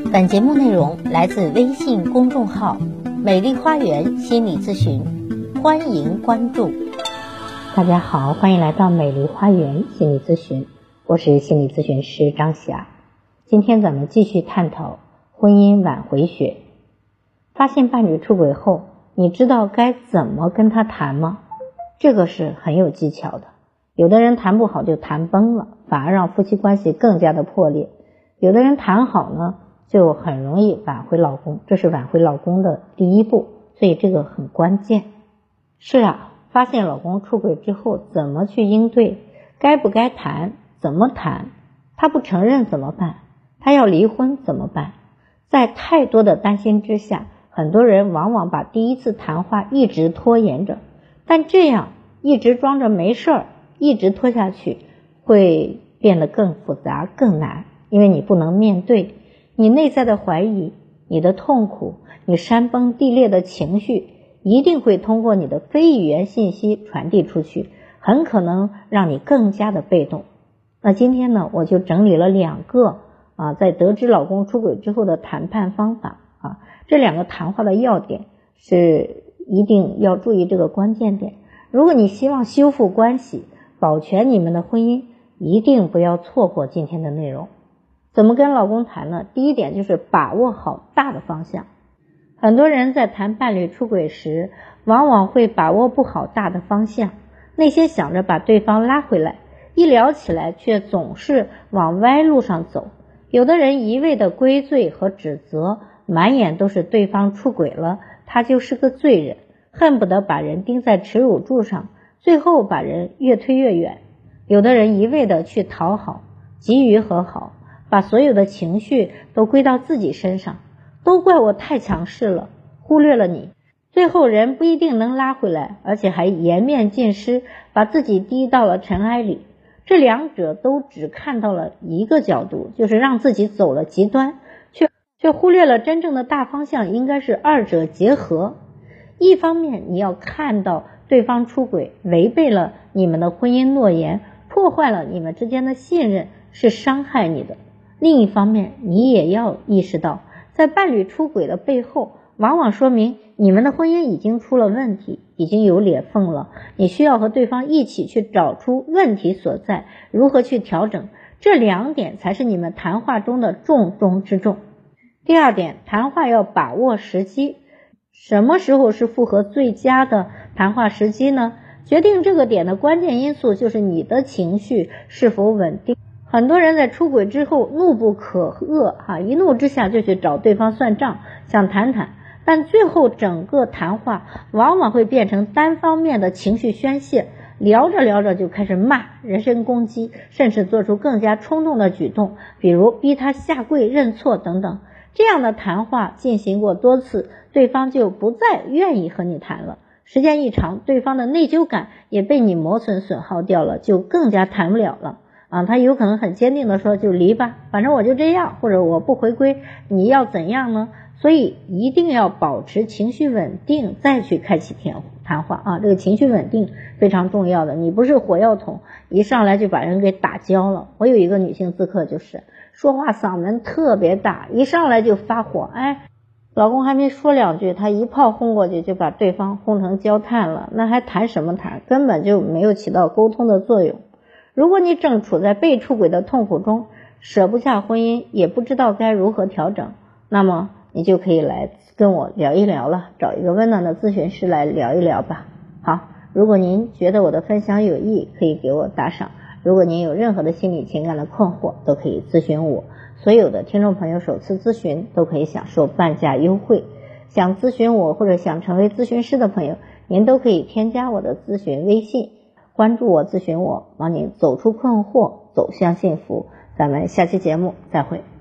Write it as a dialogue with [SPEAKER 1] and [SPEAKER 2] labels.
[SPEAKER 1] 本节目内容来自微信公众号美丽花园心理咨询，欢迎关注。大家好，欢迎来到美丽花园心理咨询，我是心理咨询师张霞。今天咱们继续探讨婚姻挽回学。发现伴侣出轨后，你知道该怎么跟他谈吗？这个是很有技巧的。有的人谈不好就谈崩了，反而让夫妻关系更加的破裂。有的人谈好呢，就很容易挽回老公，这是挽回老公的第一步，所以这个很关键。是啊，发现老公出轨之后怎么去应对？该不该谈？怎么谈？他不承认怎么办？他要离婚怎么办？在太多的担心之下，很多人往往把第一次谈话一直拖延着，但这样一直装着没事儿，一直拖下去，会变得更复杂更难，因为你不能面对你内在的怀疑，你的痛苦，你山崩地裂的情绪，一定会通过你的非语言信息传递出去，很可能让你更加的被动。那今天呢，我就整理了2个在得知老公出轨之后的谈判方法这2个谈话的要点是一定要注意这个关键点。如果你希望修复关系，保全你们的婚姻，一定不要错过今天的内容。怎么跟老公谈呢？第一点就是把握好大的方向。很多人在谈伴侣出轨时，往往会把握不好大的方向，那些想着把对方拉回来，一聊起来却总是往歪路上走。有的人一味的归罪和指责，满眼都是对方出轨了，他就是个罪人，恨不得把人钉在耻辱柱上，最后把人越推越远。有的人一味的去讨好，急于和好，把所有的情绪都归到自己身上，都怪我太强势了，忽略了你。最后人不一定能拉回来，而且还颜面尽失，把自己低到了尘埃里。这两者都只看到了一个角度，就是让自己走了极端，却忽略了真正的大方向应该是二者结合。一方面你要看到对方出轨违背了你们的婚姻诺言，破坏了你们之间的信任，是伤害你的。另一方面你也要意识到，在伴侣出轨的背后，往往说明你们的婚姻已经出了问题，已经有裂缝了，你需要和对方一起去找出问题所在，如何去调整。这2点才是你们谈话中的重中之重。第2点，谈话要把握时机。什么时候是复合最佳的谈话时机呢？决定这个点的关键因素就是你的情绪是否稳定。很多人在出轨之后怒不可遏一怒之下就去找对方算账，想谈谈，但最后整个谈话往往会变成单方面的情绪宣泄，聊着聊着就开始骂，人身攻击，甚至做出更加冲动的举动，比如逼他下跪认错等等。这样的谈话进行过多次，对方就不再愿意和你谈了，时间一长，对方的内疚感也被你磨损损耗掉了，就更加谈不了了他有可能很坚定的说就离吧，反正我就这样，或者我不回归，你要怎样呢？所以一定要保持情绪稳定再去开启谈话这个情绪稳定非常重要的。你不是火药桶，一上来就把人给打焦了。我有一个女性咨客，就是说话嗓门特别大，一上来就发火，老公还没说2句，她一炮轰过去就把对方轰成焦炭了，那还谈什么谈？根本就没有起到沟通的作用。如果你正处在被出轨的痛苦中，舍不下婚姻，也不知道该如何调整，那么你就可以来跟我聊一聊了，找一个温暖的咨询师来聊一聊吧。好，如果您觉得我的分享有益，可以给我打赏。如果您有任何的心理情感的困惑，都可以咨询我。所有的听众朋友首次咨询都可以享受半价优惠。想咨询我或者想成为咨询师的朋友，您都可以添加我的咨询微信，关注我，咨询我，帮您走出困惑，走向幸福。咱们下期节目再会。